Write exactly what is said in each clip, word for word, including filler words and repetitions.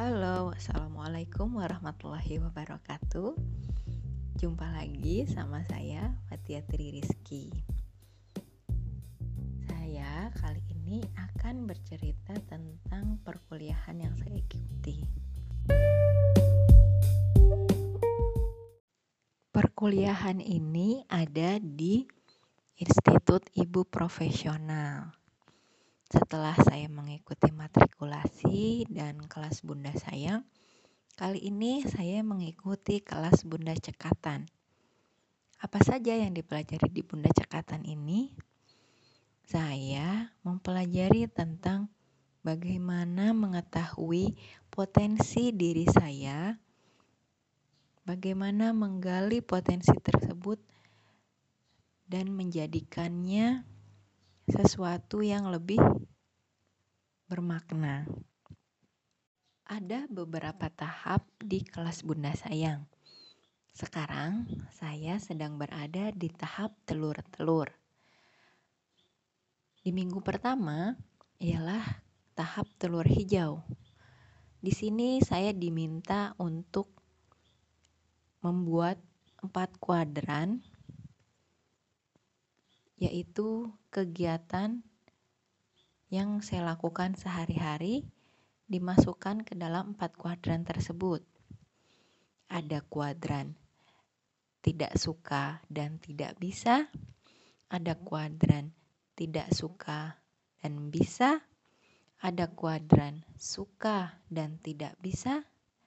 Halo, Assalamualaikum warahmatullahi wabarakatuh. Jumpa lagi sama saya, Fatia Tri Rizky. Saya kali ini akan bercerita tentang perkuliahan yang saya ikuti. Perkuliahan ini ada di Institut Ibu Profesional. Setelah saya mengikuti matrikulasi dan kelas Bunda Sayang, kali ini saya mengikuti kelas Bunda Cekatan. Apa saja yang dipelajari di Bunda Cekatan ini? Saya mempelajari tentang bagaimana mengetahui potensi diri saya, bagaimana menggali potensi tersebut dan menjadikannya sesuatu yang lebih bermakna. Ada beberapa tahap di kelas Bunda Sayang. Sekarang saya sedang berada di tahap telur-telur. Di minggu pertama ialah tahap telur hijau. Di sini saya diminta untuk membuat empat kuadran, yaitu kegiatan yang saya lakukan sehari-hari dimasukkan ke dalam empat kuadran tersebut. Ada kuadran tidak suka dan tidak bisa, ada kuadran tidak suka dan bisa, ada kuadran suka dan tidak bisa,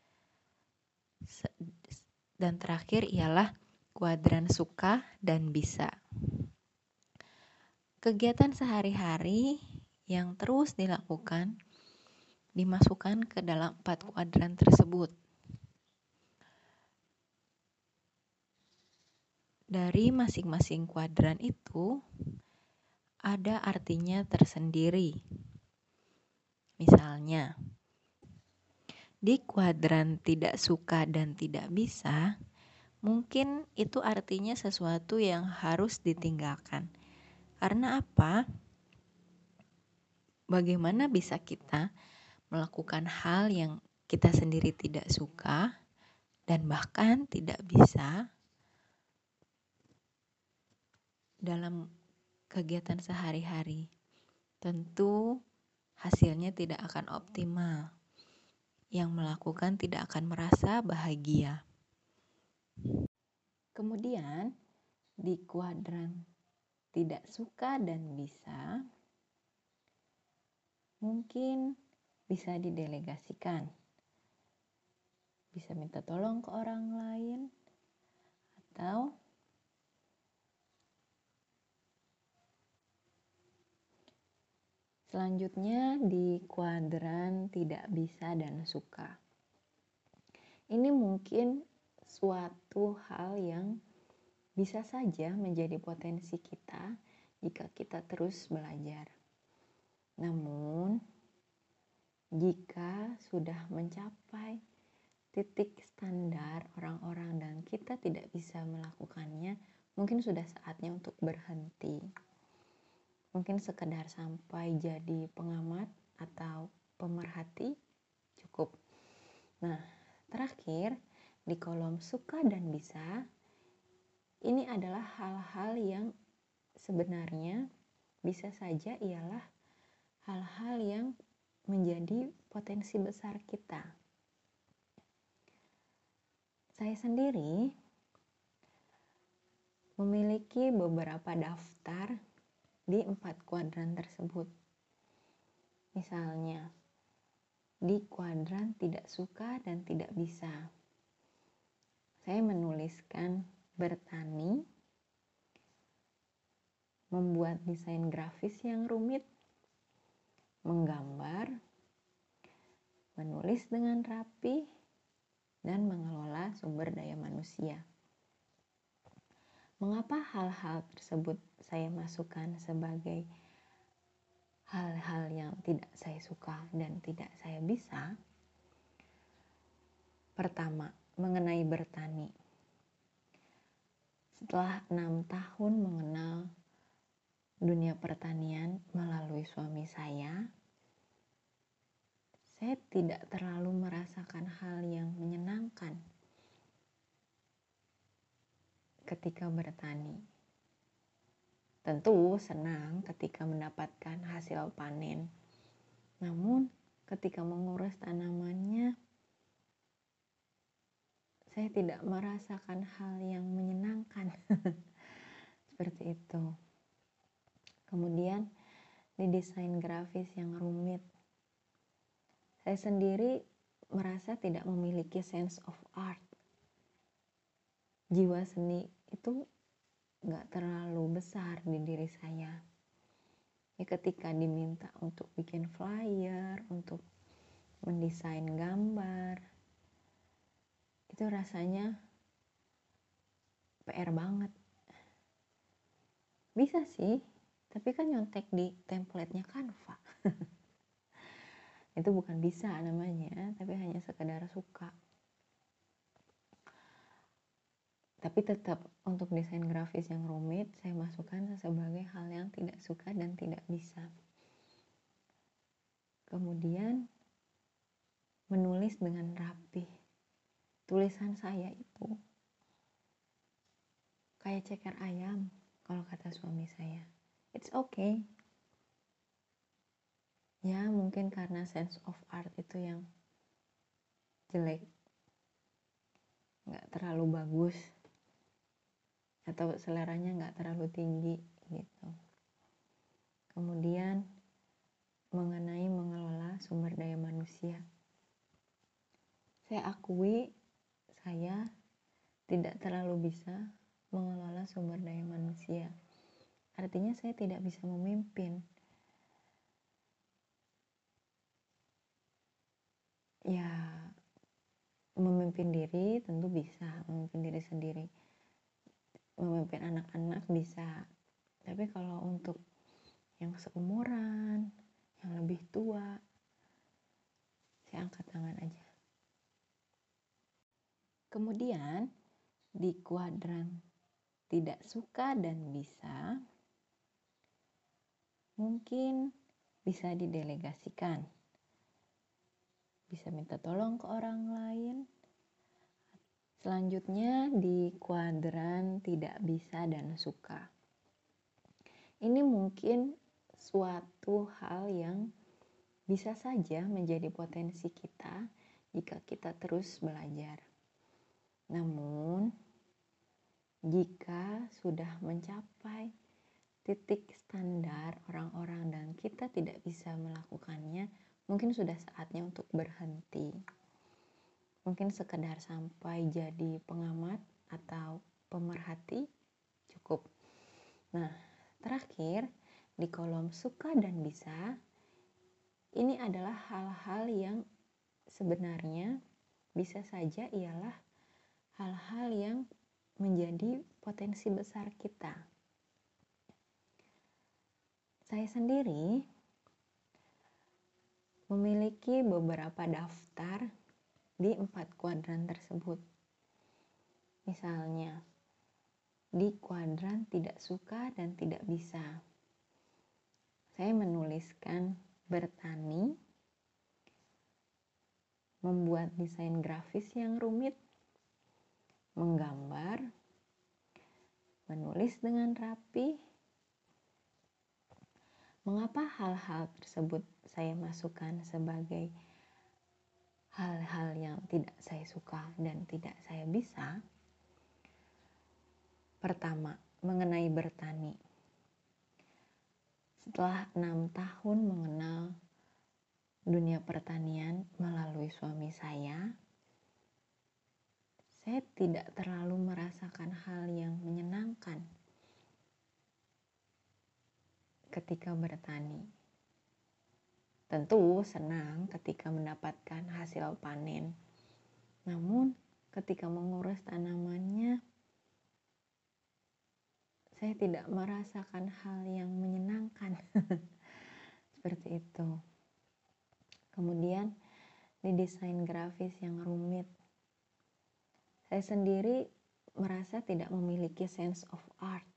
dan terakhir ialah kuadran suka dan bisa. Kegiatan sehari-hari yang terus dilakukan dimasukkan ke dalam empat kuadran tersebut. Dari masing-masing kuadran itu ada artinya tersendiri. Misalnya, di kuadran tidak suka dan tidak bisa, mungkin itu artinya sesuatu yang harus ditinggalkan. Karena apa? Bagaimana bisa kita melakukan hal yang kita sendiri tidak suka dan bahkan tidak bisa dalam kegiatan sehari-hari? Tentu hasilnya tidak akan optimal. Yang melakukan tidak akan merasa bahagia. Kemudian di kuadran tidak suka dan bisa, mungkin bisa didelegasikan. Bisa minta tolong ke orang lain, atau selanjutnya di kuadran tidak bisa dan suka. Ini mungkin suatu hal yang bisa saja menjadi potensi kita jika kita terus belajar. Namun, jika sudah mencapai titik standar orang-orang dan kita tidak bisa melakukannya, mungkin sudah saatnya untuk berhenti. Mungkin sekedar sampai jadi pengamat atau pemerhati cukup. Nah, terakhir di kolom suka dan bisa, ini adalah hal-hal yang sebenarnya bisa saja ialah hal-hal yang menjadi potensi besar kita. Saya sendiri memiliki beberapa daftar di empat kuadran tersebut. Misalnya, di kuadran tidak suka dan tidak bisa, saya menuliskan bertani, membuat desain grafis yang rumit, menggambar, menulis dengan rapi, dan mengelola sumber daya manusia. Mengapa hal-hal tersebut saya masukkan sebagai hal-hal yang tidak saya suka dan tidak saya bisa? Pertama, mengenai bertani. Setelah enam tahun mengenal dunia pertanian melalui suami saya, saya tidak terlalu merasakan hal yang menyenangkan ketika bertani. Tentu senang ketika mendapatkan hasil panen. Namun ketika mengurus tanamannya, saya tidak merasakan hal yang menyenangkan. Seperti itu. Kemudian di desain grafis yang rumit, saya sendiri merasa tidak memiliki sense of art. Jiwa seni itu gak terlalu besar di diri saya. Ya, ketika diminta untuk bikin flyer, untuk mendesain gambar, itu rasanya P R banget. Bisa sih, tapi kan nyontek di template-nya Canva. Itu bukan bisa namanya, tapi hanya sekedar suka. Tapi tetap untuk desain grafis yang rumit, saya masukkan sebagai hal yang tidak suka dan tidak bisa. Kemudian menulis dengan rapih. Tulisan saya itu kayak ceker ayam, kalau kata suami saya. It's okay. Ya mungkin karena sense of art itu yang jelek, gak terlalu bagus, atau seleranya gak terlalu tinggi gitu. Kemudian mengenai mengelola sumber daya manusia, saya akui saya tidak terlalu bisa mengelola sumber daya manusia. Artinya saya tidak bisa memimpin. Ya, memimpin diri tentu bisa, memimpin diri sendiri. Memimpin anak-anak bisa. Tapi kalau untuk yang seumuran, yang lebih tua, saya angkat tangan aja. Kemudian di kuadran tidak suka dan bisa, mungkin bisa didelegasikan. Bisa minta tolong ke orang lain. Selanjutnya di kuadran tidak bisa dan suka. Ini mungkin suatu hal yang bisa saja menjadi potensi kita jika kita terus belajar. Namun, jika sudah mencapai titik standar orang-orang dan kita tidak bisa melakukannya, mungkin sudah saatnya untuk berhenti. Mungkin sekedar sampai jadi pengamat atau pemerhati cukup. Nah, terakhir di kolom suka dan bisa, ini adalah hal-hal yang sebenarnya bisa saja ialah hal-hal yang menjadi potensi besar kita. Saya sendiri memiliki beberapa daftar di empat kuadran tersebut. Misalnya, di kuadran tidak suka dan tidak bisa, saya menuliskan bertani, membuat desain grafis yang rumit, menggambar, menulis dengan rapi. Mengapa hal-hal tersebut saya masukkan sebagai hal-hal yang tidak saya suka dan tidak saya bisa? Pertama, mengenai bertani. Setelah enam tahun mengenal dunia pertanian melalui suami saya, saya tidak terlalu merasakan hal yang menyenangkan ketika bertani. Tentu senang ketika mendapatkan hasil panen. Namun ketika mengurus tanamannya, saya tidak merasakan hal yang menyenangkan. Seperti itu. Kemudian di desain grafis yang rumit, saya sendiri merasa tidak memiliki sense of art.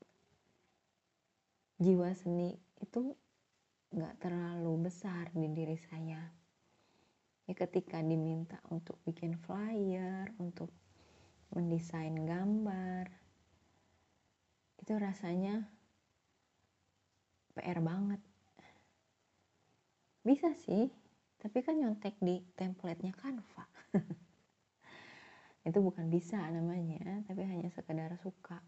Jiwa seni itu gak terlalu besar di diri saya. Ya ketika diminta untuk bikin flyer, untuk mendesain gambar, itu rasanya P R banget. Bisa sih, tapi kan nyontek di template-nya Canva. Itu bukan bisa namanya, tapi hanya sekedar suka.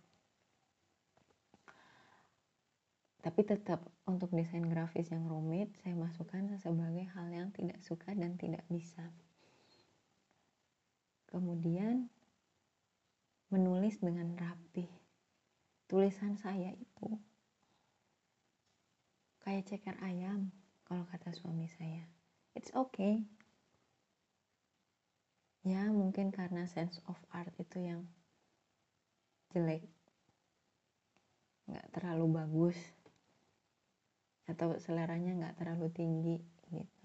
Tapi tetap untuk desain grafis yang rumit saya masukkan sebagai hal yang tidak suka dan tidak bisa. Kemudian menulis dengan rapih. Tulisan saya itu kayak ceker ayam kalau kata suami saya. It's okay. Ya mungkin karena sense of art itu yang jelek, nggak terlalu bagus, atau seleranya nggak terlalu tinggi gitu.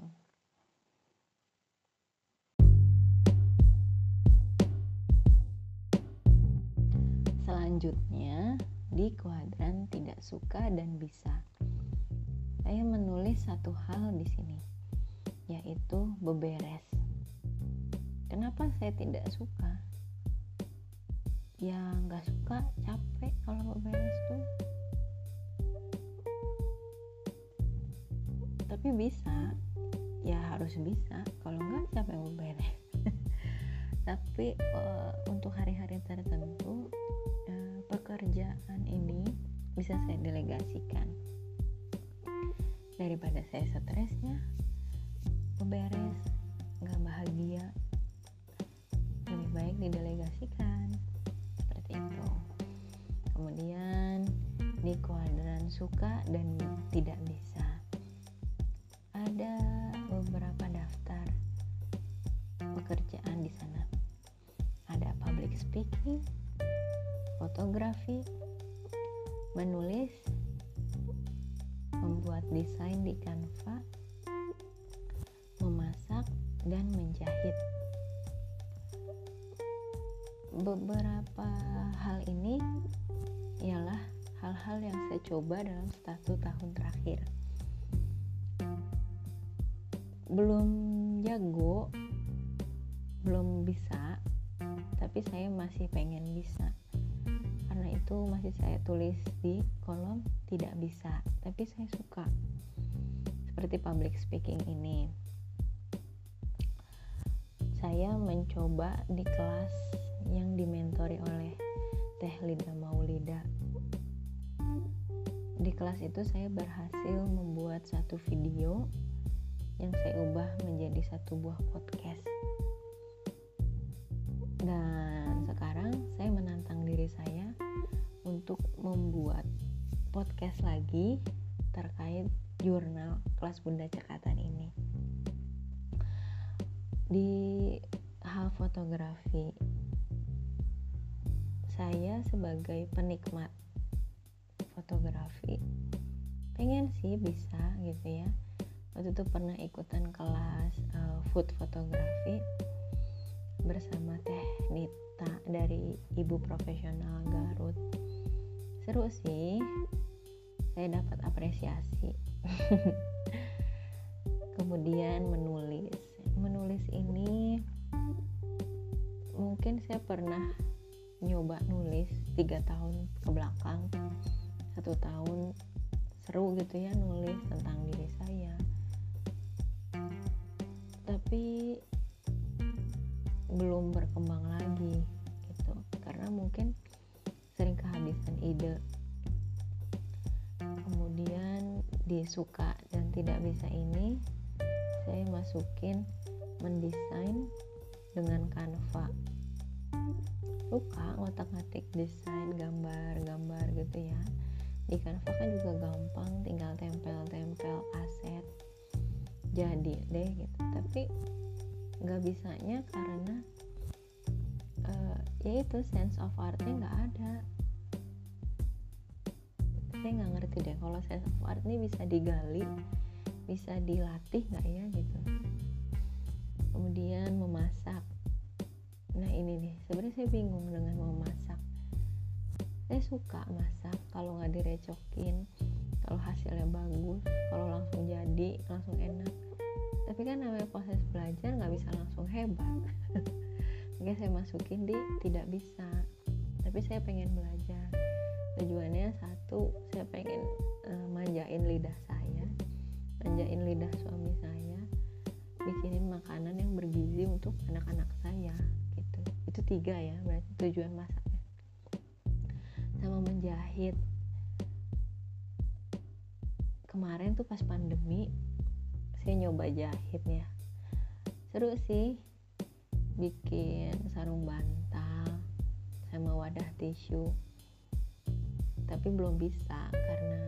Selanjutnya di kuadran tidak suka dan bisa, saya menulis satu hal di sini, yaitu beberes. Kenapa saya tidak suka? Ya nggak suka, capek kalau beberes tuh. Tapi bisa, ya harus bisa. Kalau nggak siapa yang beberes? Tapi uh, untuk hari-hari tertentu uh, pekerjaan ini bisa saya delegasikan. Daripada saya stresnya beberes, nggak bahagia, lebih baik didelegasikan. Seperti itu. Kemudian di kuadran suka dan tidak bisa, ada beberapa daftar pekerjaan di sana. Ada public speaking, fotografi, menulis, membuat desain di Canva, memasak, dan menjahit. Beberapa hal ini ialah hal-hal yang saya coba dalam satu tahun terakhir. Belum jago, belum bisa, tapi saya masih pengen bisa. Karena itu masih saya tulis di kolom tidak bisa, tapi saya suka. Seperti public speaking ini. Saya mencoba di kelas yang dimentori oleh Teh Lida Maulida. Di kelas itu saya berhasil membuat satu video yang saya ubah menjadi satu buah podcast. Dan sekarang saya menantang diri saya untuk membuat podcast lagi terkait jurnal kelas Bunda Cekatan ini. Di hal fotografi, saya sebagai penikmat fotografi pengen sih bisa gitu ya. Waktu itu pernah ikutan kelas uh, food fotografi bersama Teh Nita dari Ibu Profesional Garut. Seru sih, saya dapat apresiasi. Kemudian menulis menulis ini mungkin saya pernah nyoba nulis tiga tahun ke belakang, satu tahun seru gitu ya nulis tentang diri saya, tapi belum berkembang lagi gitu karena mungkin sering kehabisan ide. Kemudian di suka dan tidak bisa ini saya masukin mendesain dengan Canva. Suka ngotak-ngatik desain gambar-gambar gitu ya. Di Canva kan juga gampang, tinggal tempel-tempel aset jadi deh gitu. Tapi nggak bisanya karena uh, ya itu sense of artnya nggak ada. Saya nggak ngerti deh kalau sense of art ini bisa digali, bisa dilatih nggak ya gitu. Kemudian memasak. Nah ini nih, sebenarnya saya bingung dengan memasak. Saya suka masak kalau nggak direcokin, kalau hasilnya bagus, kalau langsung jadi, langsung enak. Tapi Tapi kan namanya proses belajar nggak bisa langsung hebat. Makanya saya masukin di tidak bisa. Tapi saya pengen belajar. Tujuannya satu, saya pengen uh, manjain lidah saya, manjain lidah suami saya, bikinin makanan yang bergizi untuk anak-anak saya gitu. Itu tiga ya, berarti tujuan masaknya. Sama menjahit. Kemarin tuh pas pandemi saya nyoba jahit ya, seru sih, bikin sarung bantal sama wadah tisu, tapi belum bisa karena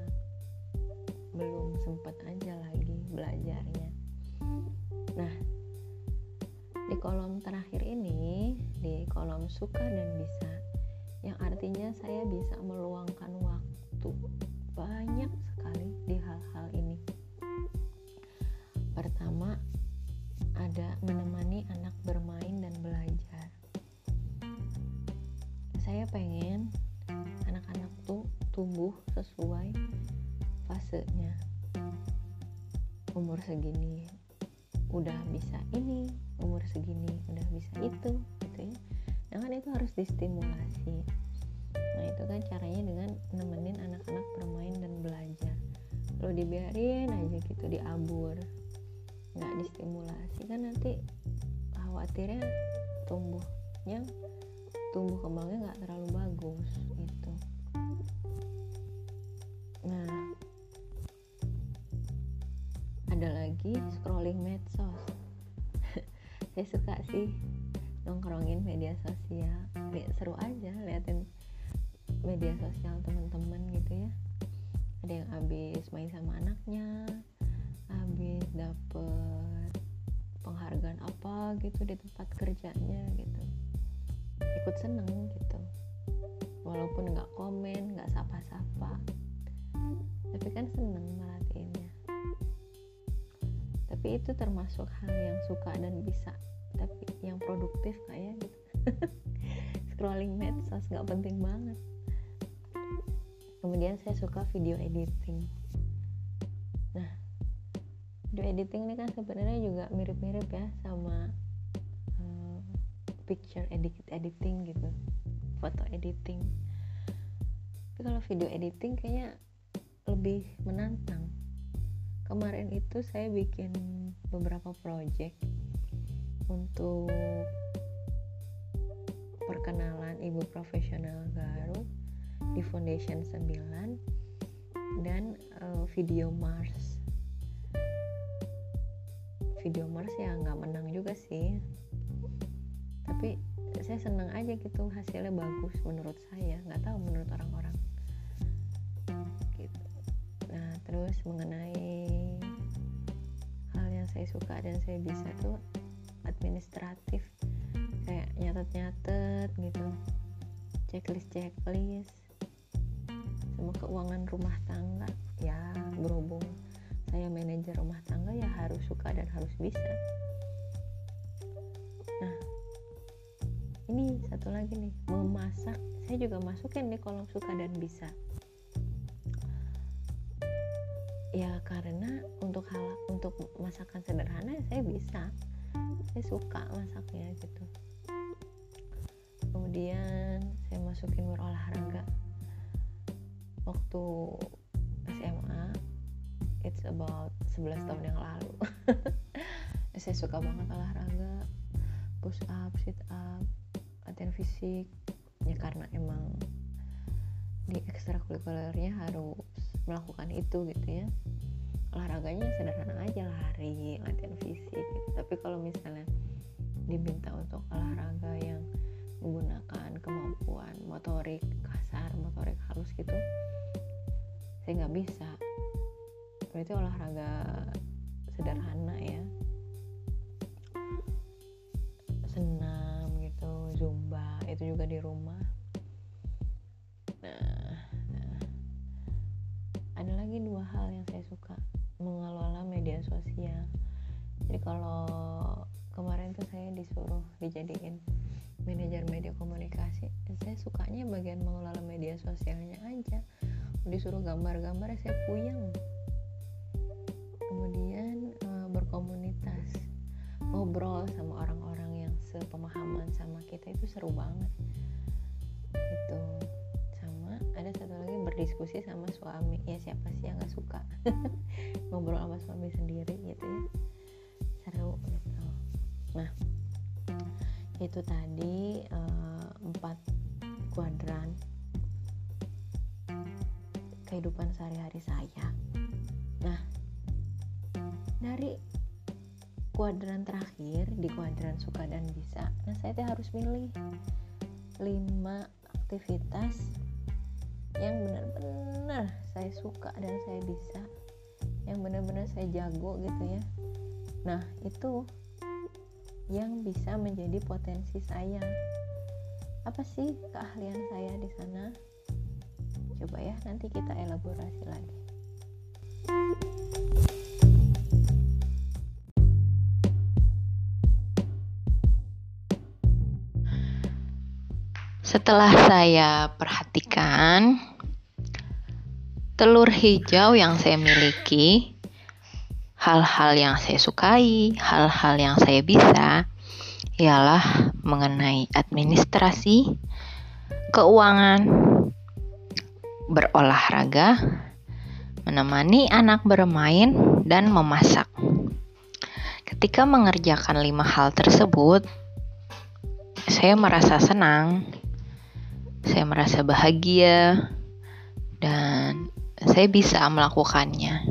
belum sempet aja lagi belajarnya. Nah, di kolom terakhir ini, di kolom suka dan bisa, yang artinya saya bisa meluangkan waktu banyak sekali di hal-hal ini. Pertama, ada menemani anak bermain dan belajar. Saya pengen anak-anak tuh tumbuh sesuai fasenya. Umur segini udah bisa ini, umur segini udah bisa itu, gitu ya. Nah kan itu harus distimulasi. Nah itu kan caranya dengan nemenin anak-anak bermain dan belajar. Kalau dibiarin aja gitu, diabur, nggak distimulasi, kan nanti khawatirnya tumbuhnya tumbuh kembangnya nggak terlalu bagus gitu. Nah ada lagi scrolling medsos. Saya suka sih nongkrongin media sosial, lihat seru aja liatin media sosial teman-teman gitu ya. Ada yang habis main sama anaknya, habis dapet penghargaan apa gitu di tempat kerjanya gitu, ikut seneng gitu, walaupun nggak komen, nggak sapa-sapa, tapi kan seneng merhatiinnya. Tapi itu termasuk hal yang suka dan bisa, tapi yang produktif kayak gitu. Scrolling medsos nggak penting banget. Kemudian saya suka video editing. Nah, video editing ini kan sebenarnya juga mirip-mirip ya sama uh, picture edit editing gitu, foto editing. Tapi kalau video editing kayaknya lebih menantang. Kemarin itu saya bikin beberapa project untuk perkenalan ibu profesional baru di Foundation sembilan dan uh, video Mars. Video Mars ya nggak menang juga sih, tapi saya senang aja gitu, hasilnya bagus menurut saya, nggak tahu menurut orang-orang gitu. Nah terus mengenai hal yang saya suka dan saya bisa tuh administratif, kayak nyatet-nyatet gitu, checklist-checklist, sama keuangan rumah tangga. Ya berhubung saya manajer rumah tangga ya harus suka dan harus bisa. Nah ini satu lagi nih, memasak, saya juga masukin di kolom suka dan bisa. Ya karena untuk hal untuk masakan sederhana ya saya bisa, saya suka masaknya gitu. Kemudian saya masukin berolahraga. Waktu S M A, it's about sebelas tahun yang lalu. Saya suka banget olahraga, push up, sit up, latihan fisik. Ya karena emang di ekstrakurikulernya harus melakukan itu gitu ya. Olahraganya sederhana aja, lari, latihan fisik gitu. Tapi kalau misalnya diminta untuk olahraga yang menggunakan kemampuan motorik kasar, motorik halus gitu, saya nggak bisa. Berarti olahraga sederhana ya, senam gitu, zumba, itu juga di rumah. Nah, nah ada lagi dua hal yang saya suka, mengelola media sosial. Jadi kalau kemarin tuh saya disuruh dijadiin manajer media komunikasi, saya sukanya bagian mengelola media sosialnya aja. Disuruh gambar-gambar saya puyeng. Kemudian e, berkomunikasi ngobrol sama orang-orang yang sepemahaman sama kita itu seru banget gitu. Sama ada satu lagi, berdiskusi sama suami. Ya siapa sih yang gak suka ngobrol sama suami sendiri gitu ya, seru gitu. Nah itu tadi uh, empat kuadran kehidupan sehari-hari saya. Nah dari kuadran terakhir, di kuadran suka dan bisa, nah saya teh harus milih lima aktivitas yang benar-benar saya suka dan saya bisa, yang benar-benar saya jago gitu ya. Nah itu yang bisa menjadi potensi saya. Apa sih keahlian saya di sana? Coba ya nanti kita elaborasi lagi. Setelah saya perhatikan telur hijau yang saya miliki, hal-hal yang saya sukai, hal-hal yang saya bisa, ialah mengenai administrasi, keuangan, berolahraga, menemani anak bermain, dan memasak. Ketika mengerjakan lima hal tersebut, saya merasa senang, saya merasa bahagia, dan saya bisa melakukannya.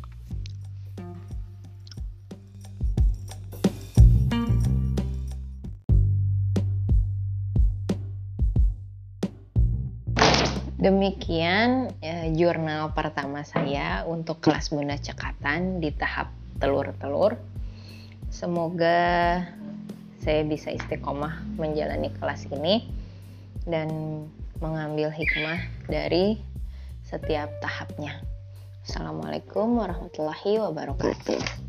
Demikian ya, jurnal pertama saya untuk kelas Bunda Cekatan di tahap telur-telur. Semoga saya bisa istiqomah menjalani kelas ini dan mengambil hikmah dari setiap tahapnya. Assalamualaikum warahmatullahi wabarakatuh.